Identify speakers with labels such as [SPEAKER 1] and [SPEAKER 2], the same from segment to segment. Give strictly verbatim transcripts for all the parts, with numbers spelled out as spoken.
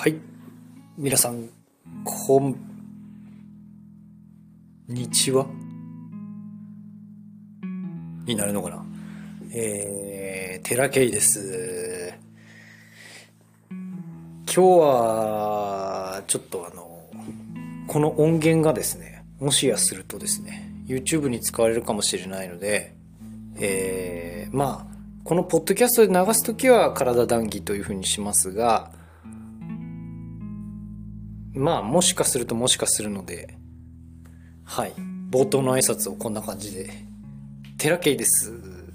[SPEAKER 1] はい、皆さんこんにちはになるのかな。えー、テラケイです。今日はちょっとあのこの音源がですね、もしやするとですね YouTube に使われるかもしれないので、えー、まあこのポッドキャストで流すときは体談義というふうにしますが、まあもしかするともしかするので、はい、冒頭の挨拶をこんな感じで、テラケイです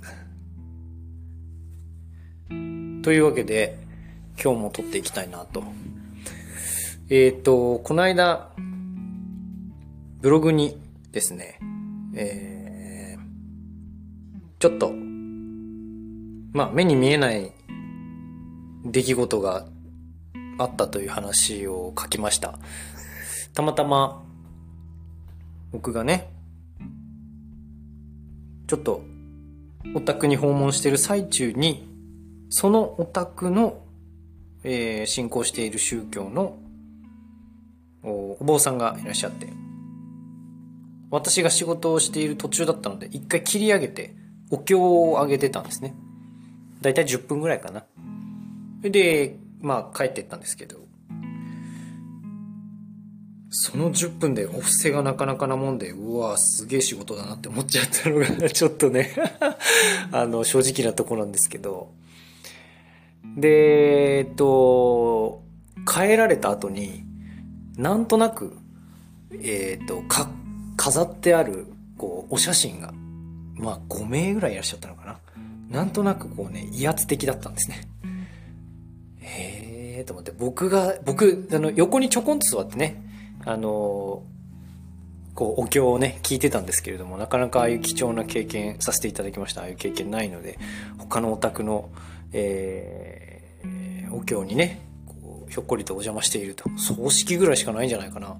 [SPEAKER 1] というわけで今日も撮っていきたいなと。えっとこの間ブログにですね、えー、ちょっとまあ目に見えない出来事があったという話を書きました。たまたま僕がねちょっとお宅に訪問している最中に、そのお宅の、えー、信仰している宗教の お, お坊さんがいらっしゃって、私が仕事をしている途中だったので一回切り上げてお経をあげてたんですね。だいたいじゅっぷんぐらいかな。でまあ帰ってったんですけど、そのじゅっぷんでお布施がなかなかなもんで、うわすげえ仕事だなって思っちゃったのがちょっとねあの正直なところなんですけど、でえっと帰られた後になんとなくえっとか飾ってあるこうお写真がまあごめいぐらいいらっしゃったのかな。なんとなくこうね威圧的だったんですね。へえと思って、僕が僕あの横にちょこんと座ってね、あのこうお経をね聞いてたんですけれども、なかなかああいう貴重な経験させていただきました。ああいう経験ないので、他のお宅の、えー、お経にねこうひょっこりとお邪魔していると、葬式ぐらいしかないんじゃないかな。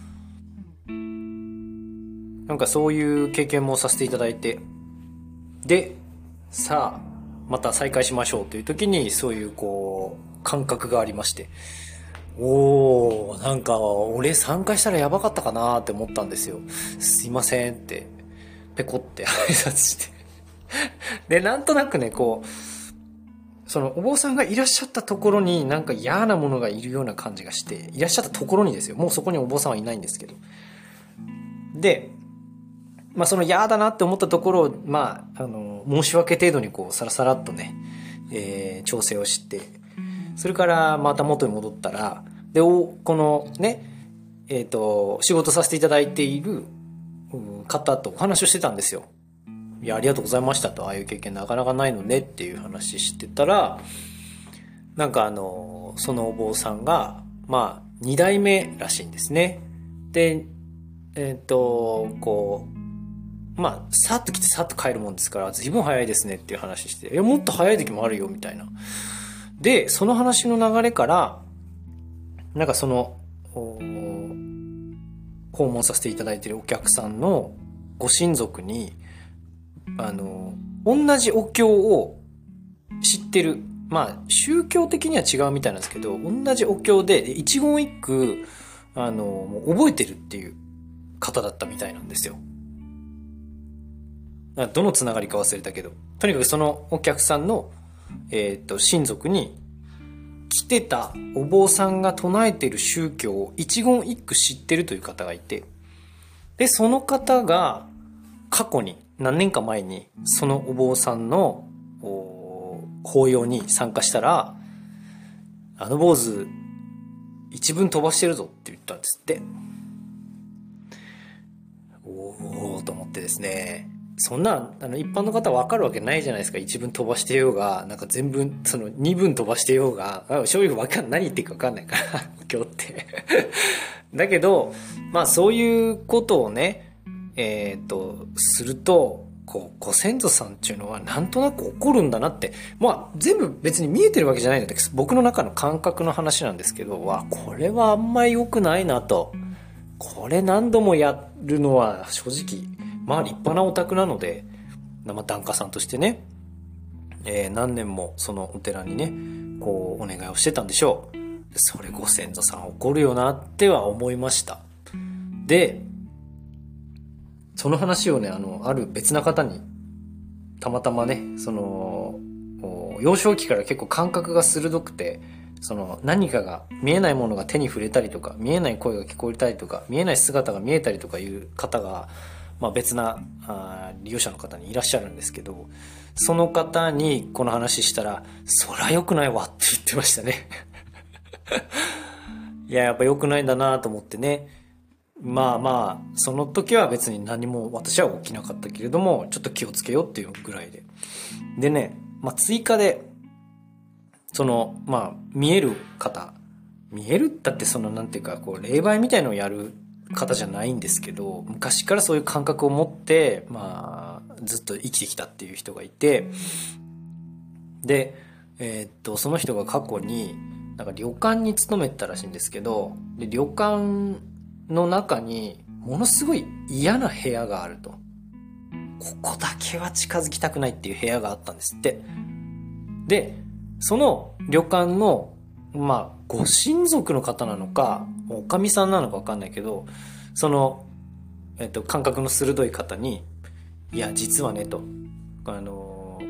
[SPEAKER 1] なんかそういう経験もさせていただいて、でさあまた再会しましょうという時にそういうこう感覚がありまして、おーなんか俺参加したらやばかったかなって思ったんですよ。すいませんってペコって挨拶してでなんとなくねこうそのお坊さんがいらっしゃったところになんか嫌なものがいるような感じがして、いらっしゃったところにですよ、もうそこにお坊さんはいないんですけど、でまあその嫌だなって思ったところをまああの申し訳程度にこうサラサラっとね、えー、調整をして、それからまた元に戻ったら、でこのねえっと仕事させていただいている方とお話をしてたんですよ。いやありがとうございましたと、ああいう経験なかなかないのねっていう話してたら、なんかあのそのお坊さんがまあに代目らしいんですね。でえっとこうまあさっと来てさっと帰るもんですから随分早いですねっていう話して、いやもっと早い時もあるよみたいな。でその話の流れからなんかその訪問させていただいているお客さんのご親族にあの同じお経を知ってる、まあ宗教的には違うみたいなんですけど、同じお経で一言一句あのもう覚えてるっていう方だったみたいなんですよ。どのつながりか忘れたけど、とにかくそのお客さんの、えー、と親族に来てたお坊さんが唱えている宗教を一言一句知ってるという方がいて、でその方が過去に何年か前にそのお坊さんの法要に参加したら、あの坊主一文飛ばしてるぞって言ったんですって。おおと思ってですね、そんなあの一般の方は分かるわけないじゃないですか。一文飛ばしてようがなんか全文その二文飛ばしてようが正直分かん何言ってるか分かんないから今日ってだけどまあそういうことをねえっとするとこうご先祖さんっていうのはなんとなく怒るんだなって、まあ全部別に見えてるわけじゃないので僕の中の感覚の話なんですけど、わこれはあんまり良くないなと、これ何度もやるのは正直まあ立派なお宅なので、まあ、檀家さんとしてね、えー、何年もそのお寺にねこうお願いをしてたんでしょう。 それご先祖さん怒るよなっては思いました。で、その話をね、あの、ある別な方に、たまたまね、その、幼少期から結構感覚が鋭くて、その何かが、見えないものが手に触れたりとか、見えない声が聞こえたりとか、見えない姿が見えたりとかいう方が、まあ別なあ利用者の方にいらっしゃるんですけど、その方にこの話したら、そりゃ良くないわって言ってましたね。いや、やっぱ良くないんだなと思ってね。まあまあ、その時は別に何も私は起きなかったけれども、ちょっと気をつけようっていうぐらいで。でね、まあ追加で、その、まあ、見える方。見えるだってその、なんていうか、こう、霊媒みたいのをやる方じゃないんですけど、昔からそういう感覚を持って、まあ、ずっと生きてきたっていう人がいて、で、えーっと、その人が過去に、なんか旅館に勤めてたらしいんですけど、で、旅館の中に、ものすごい嫌な部屋があると。ここだけは近づきたくないっていう部屋があったんですって。で、その旅館の、まあ、ご親族の方なのか、おかみさんなのかわかんないけど、その、えっと、感覚の鋭い方に、いや、実はね、と、あの、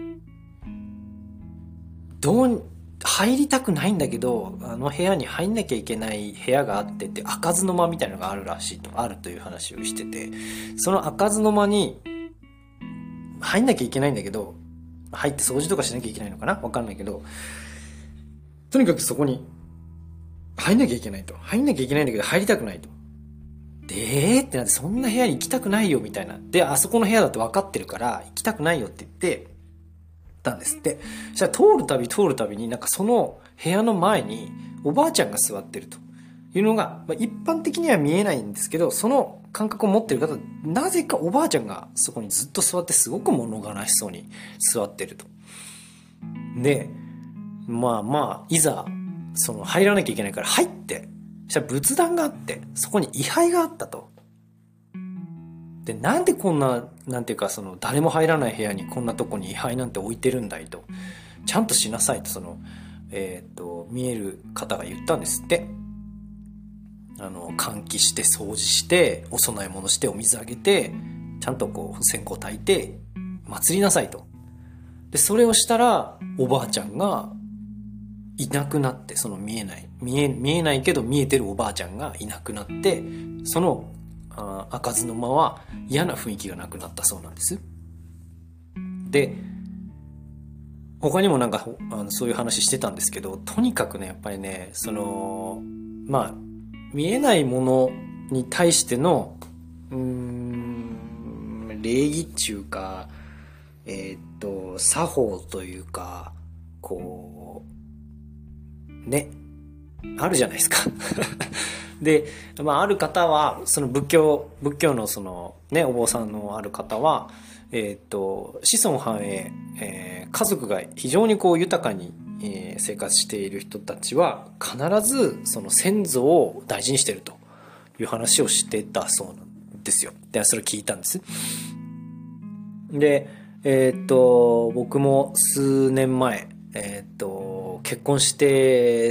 [SPEAKER 1] どう、入りたくないんだけど、あの部屋に入んなきゃいけない部屋があってって、開かずの間みたいなのがあるらしいと、あるという話をしてて、その開かずの間に、入んなきゃいけないんだけど、入って掃除とかしなきゃいけないのかなわかんないけど、とにかくそこに入んなきゃいけないと。入んなきゃいけないんだけど入りたくないと。でーってなって、そんな部屋に行きたくないよみたいな。で、あそこの部屋だって分かってるから行きたくないよって言ってたんですって。そしたら通るたび通るたびになんかその部屋の前におばあちゃんが座ってるというのが、まあ、一般的には見えないんですけど、その感覚を持ってる方、なぜかおばあちゃんがそこにずっと座ってすごく物悲しそうに座ってると。で、まあまあ、いざ、その入らなきゃいけないから入って、そしたら仏壇があって、そこに位牌があったと。で、なんでこんな、なんていうか、その誰も入らない部屋にこんなとこに位牌なんて置いてるんだいと。ちゃんとしなさいと、その、えっと、見える方が言ったんですって。あの、換気して掃除して、お供え物してお水あげて、ちゃんとこう、線香焚いて、祭りなさいと。で、それをしたら、おばあちゃんが、いなくなって、その見えない、見え、見えないけど見えてるおばあちゃんがいなくなって、その、あ開かずの間は嫌な雰囲気がなくなったそうなんです。で、他にもなんか、あのそういう話してたんですけど、とにかくね、やっぱりね、その、まあ、見えないものに対しての、うーん、礼儀っていうか、えーっと、作法というか、こう、ね、あるじゃないですか。で、まあ、ある方は、その仏教、仏教のその、ね、お坊さんのある方は、えっと、子孫繁栄、えー家族が非常にこう豊かに、えー生活している人たちは、必ずその先祖を大事にしているという話をしてたそうなんですよ。で、それ聞いたんです。で、えっと、僕も数年前、えっと、結婚して、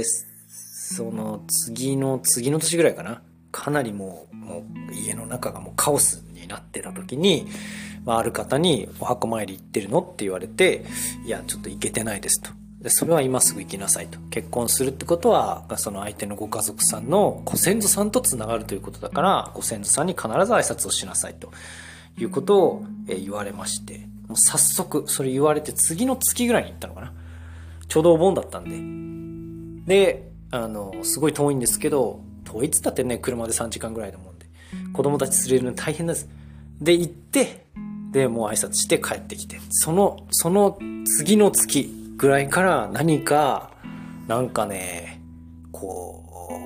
[SPEAKER 1] その次の次の年ぐらいかな、かなりもう、もう家の中がもうカオスになってた時に、まあ、ある方にお墓参り行ってるのって言われて、いやちょっと行けてないですと。で、それは今すぐ行きなさいと。結婚するってことはその相手のご家族さんのご先祖さんとつながるということだから、ご先祖さんに必ず挨拶をしなさいということを言われまして、もう早速それ言われて次の月ぐらいに行ったのかな。ちょうどお盆だったんで、で、あのすごい遠いんですけど、遠いっつったってね、車でさんじかんぐらいだもんで、子供たち連れるの大変です。で、行って、で、もう挨拶して帰ってきて、その、その次の月ぐらいから何か、なんかね、こ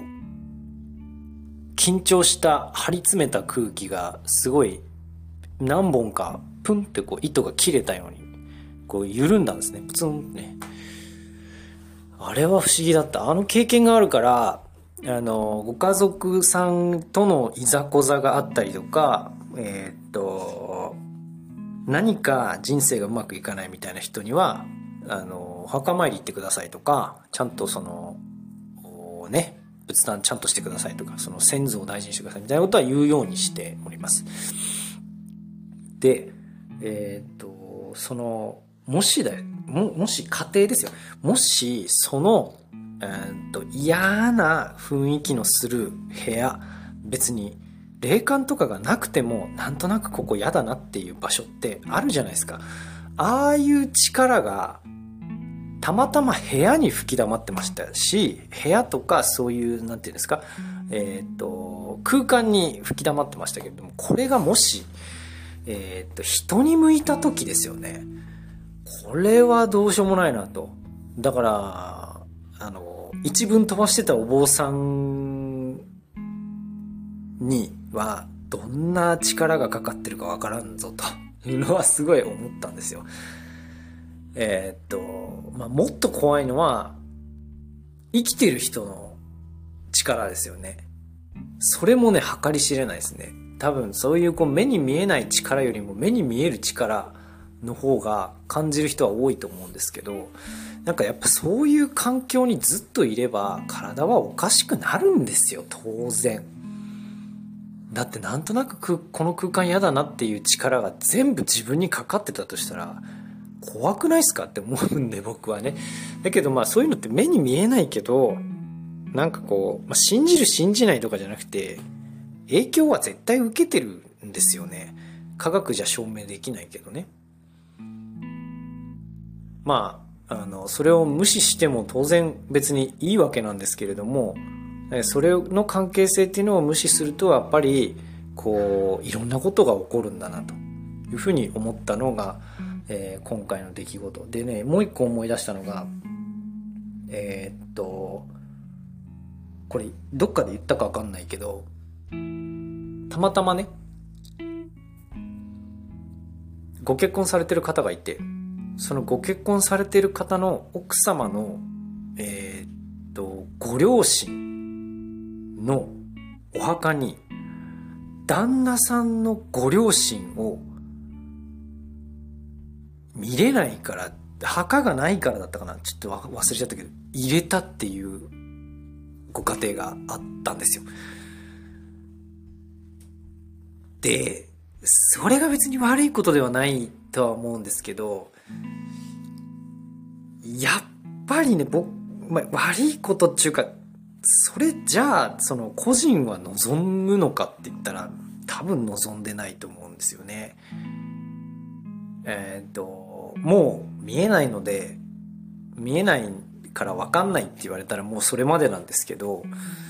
[SPEAKER 1] う、緊張した張り詰めた空気がすごい何本かプンってこう糸が切れたように、こう緩んだんですね。プツンってね。あれは不思議だった。あの経験があるから、あの、ご家族さんとのいざこざがあったりとか、えーっと、何か人生がうまくいかないみたいな人には、あの、お墓参り行ってくださいとか、ちゃんとその、 ね、仏壇ちゃんとしてくださいとか、その先祖を大事にしてくださいみたいなことは言うようにしております。で、えー、っと、その、もしだよ、も、もし家庭ですよ。もし、その、えー、っと、嫌な雰囲気のする部屋、別に、霊感とかがなくても、なんとなくここ嫌だなっていう場所ってあるじゃないですか。ああいう力が、たまたま部屋に吹き溜まってましたし、部屋とかそういう、なんていうんですか、えー、っと、空間に吹き溜まってましたけれども、これがもし、えー、っと、人に向いた時ですよね。これはどうしようもないなと。だから、あの、一文飛ばしてたお坊さんには、どんな力がかかってるかわからんぞというのはすごい思ったんですよ。えー、っと、まあ、もっと怖いのは、生きてる人の力ですよね。それもね、計り知れないですね。多分そういうこう目に見えない力よりも目に見える力の方が感じる人は多いと思うんですけど、なんかやっぱそういう環境にずっといれば体はおかしくなるんですよ、当然。だってなんとなくこの空間嫌だなっていう力が全部自分にかかってたとしたら怖くないっすかって思うんで、僕はね。だけどまあそういうのって目に見えないけど、なんかこう、まあ、信じる信じないとかじゃなくて、影響は絶対受けてるんですよね。科学じゃ証明できないけどね。まあ、あの、それを無視しても当然別にいいわけなんですけれども、それの関係性っていうのを無視すると、やっぱり、こう、いろんなことが起こるんだなというふうに思ったのが、えー、今回の出来事。でね、もう一個思い出したのが、えー、っと、これ、どっかで言ったかわかんないけど、たまたまね、ご結婚されてる方がいて、そのご結婚されてる方の奥様の、えー、っと、ご両親のお墓に、旦那さんのご両親を見れないから、墓がないからだったかな、ちょっと忘れちゃったけど、入れたっていうご家庭があったんですよ。で、それが別に悪いことではないとは思うんですけど、やっぱりね、僕、まあ、悪いことっていうか、それじゃあ、その個人は望むのかって言ったら、多分望んでないと思うんですよね。えーっと、もう見えないので、見えないから分かんないって言われたらもうそれまでなんですけど、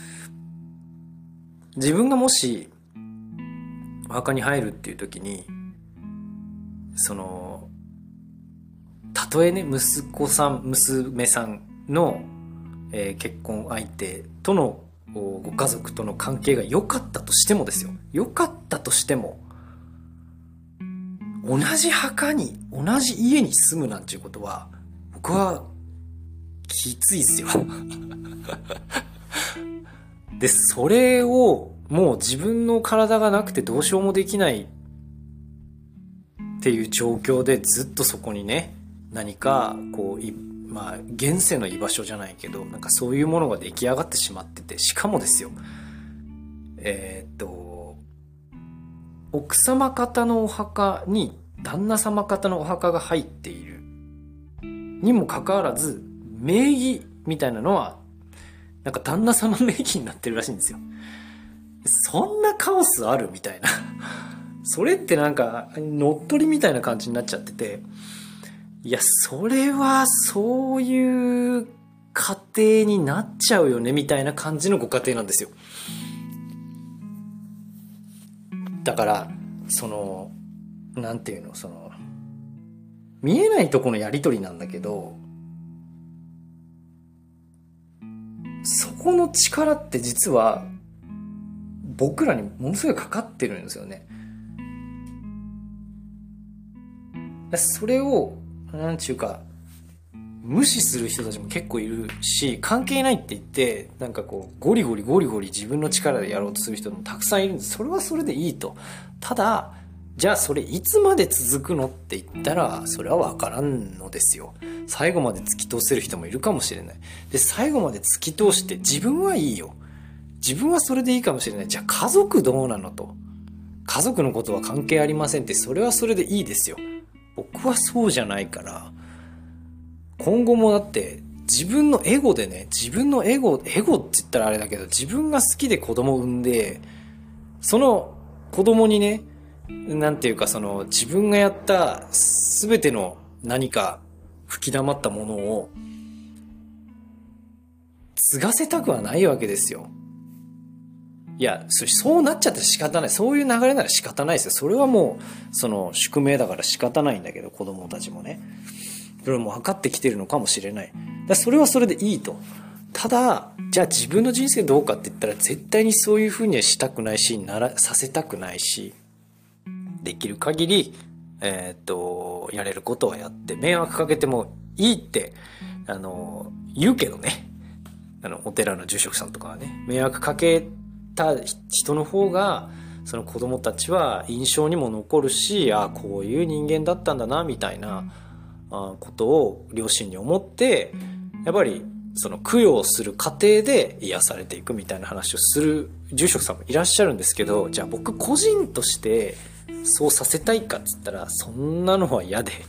[SPEAKER 1] 自分がもし、お墓に入るっていう時に、その、たとえね、息子さん、娘さんの、えー、結婚相手とのご家族との関係が良かったとしてもですよ。良かったとしても、同じ墓に、同じ家に住むなんていうことは、僕は、きついっすよ。で、それを、もう自分の体がなくてどうしようもできないっていう状況でずっとそこにね、何かこうい、まあ現世の居場所じゃないけど、なんかそういうものが出来上がってしまってて、しかもですよ、えー、っと奥様方のお墓に旦那様方のお墓が入っているにもかかわらず、名義みたいなのはなんか旦那様名義になってるらしいんですよ。そんなカオスあるみたいな。それってなんか乗っ取りみたいな感じになっちゃってて、いや、それはそういう家庭になっちゃうよねみたいな感じのご家庭なんですよ。だからそのなんていうの、その見えないとこのやり取りなんだけど、そこの力って実は僕らにものすごいかかってるんですよね。それをなんちゅうか無視する人たちも結構いるし、関係ないって言ってなんかこうゴリゴリゴリゴリ自分の力でやろうとする人もたくさんいるんです。それはそれでいいと。ただじゃあそれいつまで続くのって言ったら、それはわからんのですよ。最後まで突き通せる人もいるかもしれない。で、最後まで突き通して自分はいいよ。自分はそれでいいかもしれない。じゃあ家族どうなのと。家族のことは関係ありませんって、それはそれでいいですよ。僕はそうじゃないから、今後もだって自分のエゴでね、自分のエゴ、エゴって言ったらあれだけど、自分が好きで子供を産んで、その子供にね、なんていうかその自分がやった全ての何か吹き溜まったものを継がせたくはないわけですよ。いや、そうなっちゃって仕方ない。そういう流れなら仕方ないですよ。それはもう、その宿命だから仕方ないんだけど、子供たちもね。それも分かってきてるのかもしれない。だそれはそれでいいと。ただ、じゃあ自分の人生どうかって言ったら絶対にそういう風にはしたくないし、なら、させたくないし、できる限り、えー、っと、やれることはやって、迷惑かけてもいいって、あの、言うけどね。あの、お寺の住職さんとかはね、迷惑かけた人の方が、その子供たちは印象にも残るし、ああ、こういう人間だったんだな、みたいなことを両親に思って、やっぱり、その供養する過程で癒されていくみたいな話をする住職さんもいらっしゃるんですけど、じゃあ僕個人としてそうさせたいかっつったら、そんなのは嫌で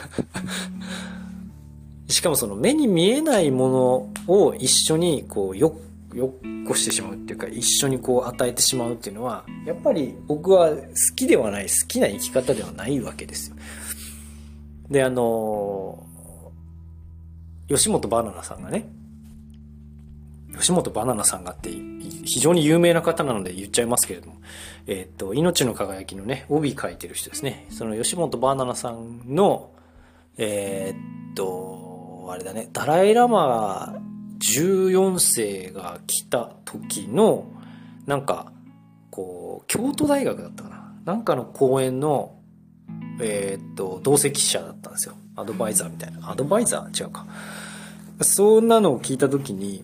[SPEAKER 1] しかもその目に見えないものを一緒にこうよよっこしてしまうっていうか、一緒にこう与えてしまうっていうのは、やっぱり僕は好きではない、好きな生き方ではないわけですよ。で、あの吉本バナナさんがね、吉本バナナさんがって非常に有名な方なので言っちゃいますけれども、えっと、命の輝きのね、帯書いてる人ですね。その吉本バナナさんの、えー、っと、あれだね、ダライラマじゅうよん世が来た時の、なんか、こう、京都大学だったかな。なんかの講演の、えー、っと、同席者だったんですよ。アドバイザーみたいな。アドバイザー違うか。そんなのを聞いた時に、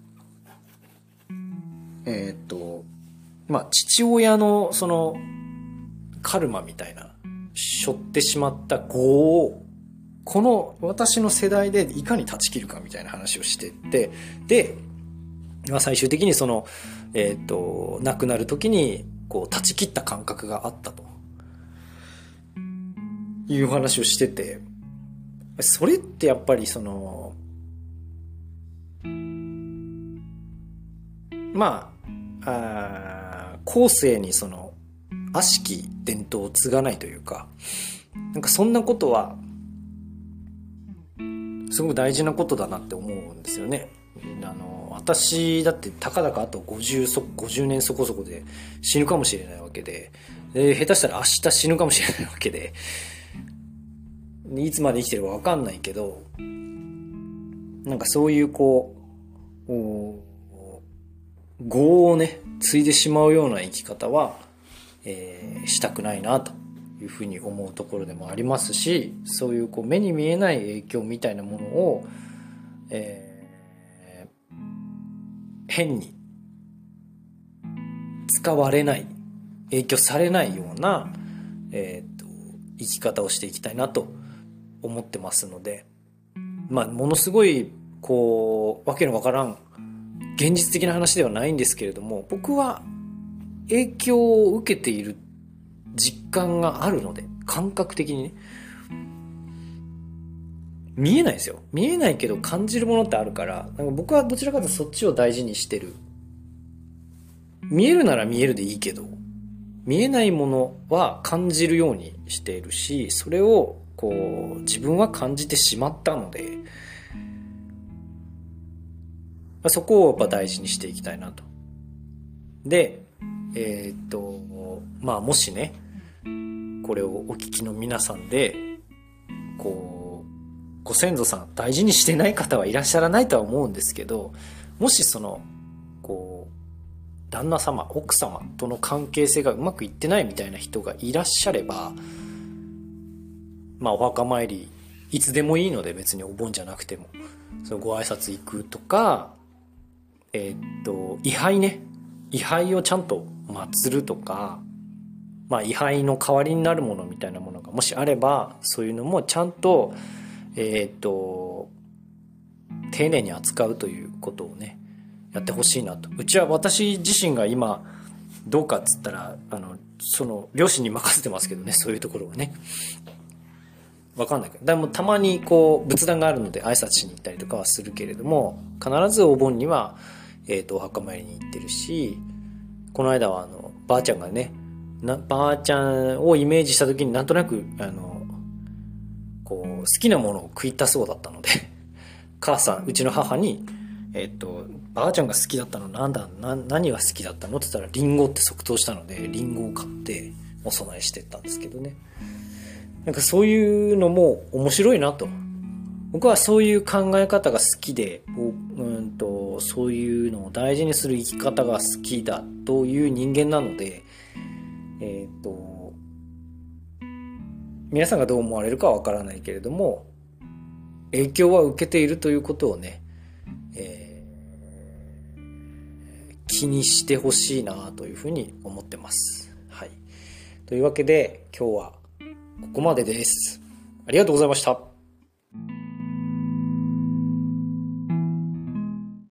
[SPEAKER 1] えー、っと、まあ、父親のそのカルマみたいな、背負ってしまった業を、この私の世代でいかに断ち切るかみたいな話をしてって、で、まあ、最終的にその、えー、っと、亡くなる時に、こう、断ち切った感覚があったと。いう話をしてて、それってやっぱりその、まあ、あ後世にその悪しき伝統を継がないというか、なんかそんなことはすごく大事なことだなって思うんですよね。あの私だってたかだかあとごじゅう、ごじゅうねんそこそこで死ぬかもしれないわけで、で下手したら明日死ぬかもしれないわけで、いつまで生きてるか分かんないけど、なんかそういうこう業をね継いでしまうような生き方は、えー、したくないなというふうに思うところでもありますし、そういうこう目に見えない影響みたいなものを、えー、変に使われない、影響されないような、えー、と生き方をしていきたいなと思ってますので、まあものすごいこうわけのわからん現実的な話ではないんですけれども、僕は影響を受けている実感があるので、感覚的にね、見えないですよ。見えないけど感じるものってあるから、なんか僕はどちらかというとそっちを大事にしてる。見えるなら見えるでいいけど、見えないものは感じるようにしているし、それをこう自分は感じてしまったので、そこをやっぱ大事にしていきたいなと。で、えー、っと、まあもしね、これをお聞きの皆さんで、こう、ご先祖さん大事にしてない方はいらっしゃらないとは思うんですけど、もしその、こう、旦那様、奥様との関係性がうまくいってないみたいな人がいらっしゃれば、まあお墓参り、いつでもいいので別にお盆じゃなくても、そのご挨拶行くとか、えー、っと、位牌ね。位牌をちゃんと祀るとか、 まあ位牌の代わりになるものみたいなものがもしあれば、そういうのもちゃんとえっと丁寧に扱うということをねやってほしいなと。うちは私自身が今どうかっつったら、あのその両親に任せてますけどね、そういうところはねわかんないけど、でもたまにこう仏壇があるので挨拶しに行ったりとかはするけれども、必ずお盆には、えー、とお墓参りに行ってるし、この間はあのばあちゃんがねなばあちゃんをイメージした時になんとなくあのこう好きなものを食いたそうだったので母さん、うちの母にえっとばあちゃんが好きだったのなんだな何が好きだったのって言ったらリンゴって即答したので、リンゴを買ってお供えしてったんですけどね。なんかそういうのも面白いなと。僕はそういう考え方が好きで、うんとそういうのを大事にする生き方が好きだという人間なので、えっと皆さんがどう思われるかはわからないけれども、影響は受けているということをね、えー、気にしてほしいなというふうに思ってます。はい。というわけで今日はここまでです。ありがとうございました。